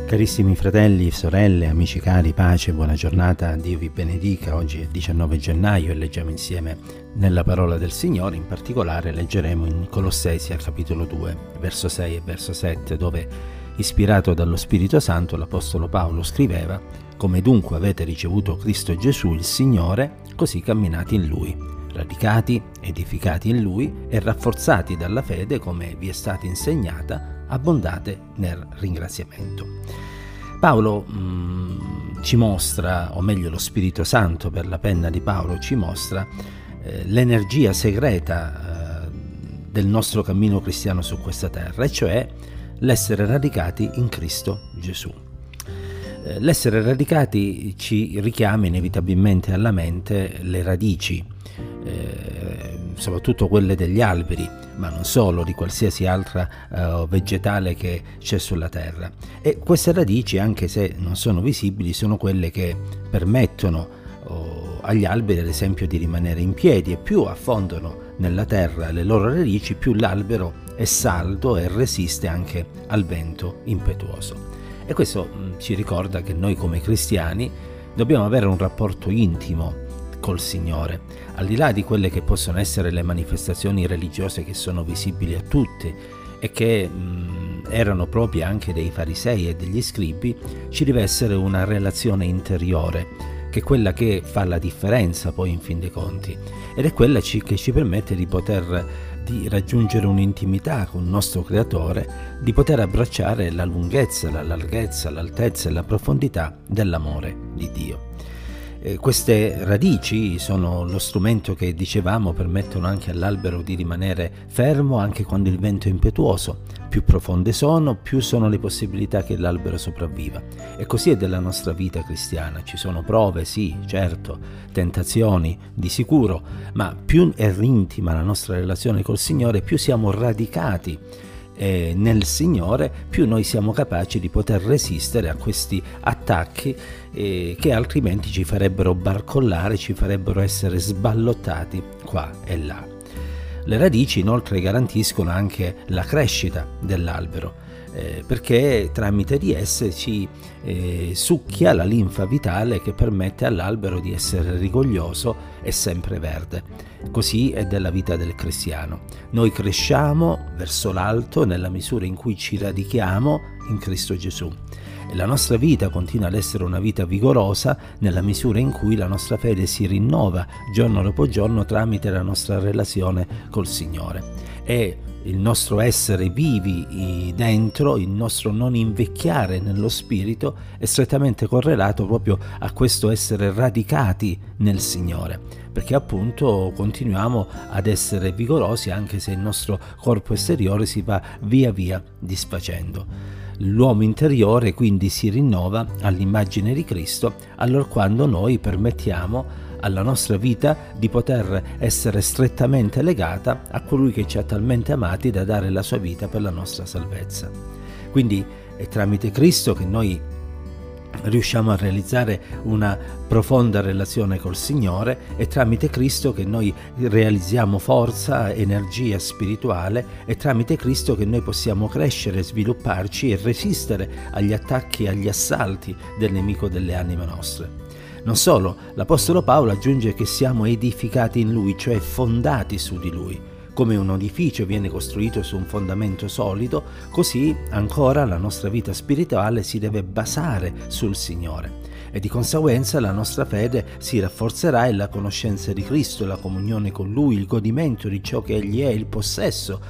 Carissimi fratelli, sorelle, amici cari, pace, buona giornata, Dio vi benedica. Oggi è 19 gennaio e leggiamo insieme nella parola del Signore. In particolare leggeremo in Colossesi al capitolo 2, verso 6 e verso 7, dove, ispirato dallo Spirito Santo, l'Apostolo Paolo scriveva: «Come dunque avete ricevuto Cristo Gesù il Signore, così camminate in Lui, radicati, edificati in Lui e rafforzati dalla fede come vi è stata insegnata, abbondate nel ringraziamento». Paolo ci mostra, o meglio lo Spirito Santo per la penna di Paolo ci mostra l'energia segreta del nostro cammino cristiano su questa terra, e cioè l'essere radicati in Cristo Gesù. L'essere radicati ci richiama inevitabilmente alla mente le radici, soprattutto quelle degli alberi, ma non solo, di qualsiasi altra vegetale che c'è sulla terra. E queste radici, anche se non sono visibili, sono quelle che permettono agli alberi, ad esempio, di rimanere in piedi, e più affondano nella terra le loro radici, più l'albero è saldo e resiste anche al vento impetuoso. E questo ci ricorda che noi come cristiani dobbiamo avere un rapporto intimo col Signore, al di là di quelle che possono essere le manifestazioni religiose che sono visibili a tutti e che erano proprie anche dei farisei e degli scribi. Ci deve essere una relazione interiore, che è quella che fa la differenza poi in fin dei conti, ed è quella che ci permette di raggiungere un'intimità con il nostro Creatore, di poter abbracciare la lunghezza, la larghezza, l'altezza e la profondità dell'amore di Dio. Queste radici sono lo strumento che, dicevamo, permettono anche all'albero di rimanere fermo anche quando il vento è impetuoso. Più profonde sono, più sono le possibilità che l'albero sopravviva. E così è della nostra vita cristiana. Ci sono prove, sì, certo, tentazioni, di sicuro, ma più è intima la nostra relazione col Signore, più siamo radicati nel Signore, più noi siamo capaci di poter resistere a questi attacchi che altrimenti ci farebbero barcollare, ci farebbero essere sballottati qua e là. Le radici inoltre garantiscono anche la crescita dell'albero, perché tramite di esse ci succhia la linfa vitale che permette all'albero di essere rigoglioso e sempre verde. Così è della vita del cristiano. Noi cresciamo verso l'alto nella misura in cui ci radichiamo in Cristo Gesù, e la nostra vita continua ad essere una vita vigorosa nella misura in cui la nostra fede si rinnova giorno dopo giorno tramite la nostra relazione col Signore. E il nostro essere vivi dentro, il nostro non invecchiare nello spirito, è strettamente correlato proprio a questo essere radicati nel Signore, perché appunto continuiamo ad essere vigorosi anche se il nostro corpo esteriore si va via via disfacendo. L'uomo interiore quindi si rinnova all'immagine di Cristo allorquando noi permettiamo alla nostra vita di poter essere strettamente legata a colui che ci ha talmente amati da dare la sua vita per la nostra salvezza. Quindi è tramite Cristo che noi riusciamo a realizzare una profonda relazione col Signore, è tramite Cristo che noi realizziamo forza, energia spirituale, è tramite Cristo che noi possiamo crescere, svilupparci e resistere agli attacchi e agli assalti del nemico delle anime nostre. Non solo, l'Apostolo Paolo aggiunge che siamo edificati in Lui, cioè fondati su di Lui. Come un edificio viene costruito su un fondamento solido, così ancora la nostra vita spirituale si deve basare sul Signore, e di conseguenza la nostra fede si rafforzerà e la conoscenza di Cristo, la comunione con Lui, il godimento di ciò che Egli è, il possesso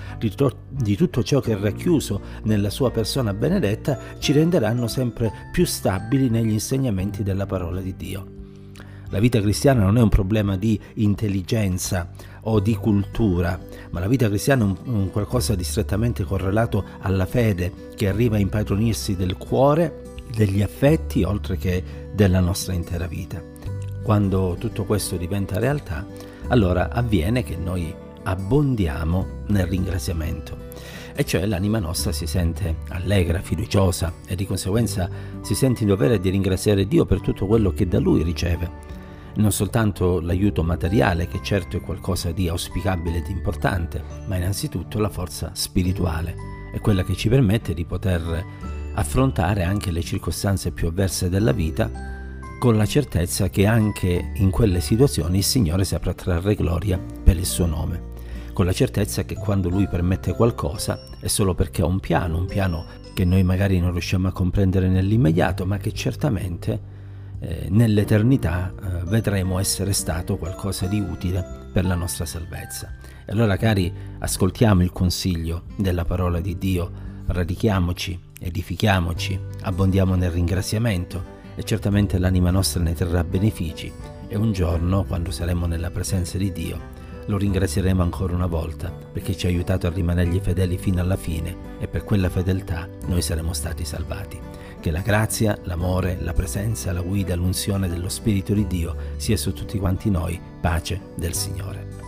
di tutto ciò che è racchiuso nella sua persona benedetta ci renderanno sempre più stabili negli insegnamenti della parola di Dio. La vita cristiana non è un problema di intelligenza o di cultura, ma la vita cristiana è un qualcosa di strettamente correlato alla fede, che arriva a impadronirsi del cuore, degli affetti, oltre che della nostra intera vita. Quando tutto questo diventa realtà, allora avviene che noi abbondiamo nel ringraziamento, e cioè l'anima nostra si sente allegra, fiduciosa, e di conseguenza si sente in dovere di ringraziare Dio per tutto quello che da Lui riceve. Non soltanto l'aiuto materiale, che certo è qualcosa di auspicabile e di importante, ma innanzitutto la forza spirituale, è quella che ci permette di poter affrontare anche le circostanze più avverse della vita, con la certezza che anche in quelle situazioni il Signore saprà trarre gloria per il suo nome, con la certezza che quando Lui permette qualcosa è solo perché ha un piano che noi magari non riusciamo a comprendere nell'immediato, ma che certamente nell'eternità vedremo essere stato qualcosa di utile per la nostra salvezza. E allora, cari, ascoltiamo il consiglio della parola di Dio, radichiamoci, edifichiamoci, abbondiamo nel ringraziamento e certamente l'anima nostra ne trarrà benefici, e un giorno, quando saremo nella presenza di Dio, lo ringrazieremo ancora una volta perché ci ha aiutato a rimanergli fedeli fino alla fine, e per quella fedeltà noi saremo stati salvati. Che la grazia, l'amore, la presenza, la guida, l'unzione dello Spirito di Dio sia su tutti quanti noi. Pace del Signore.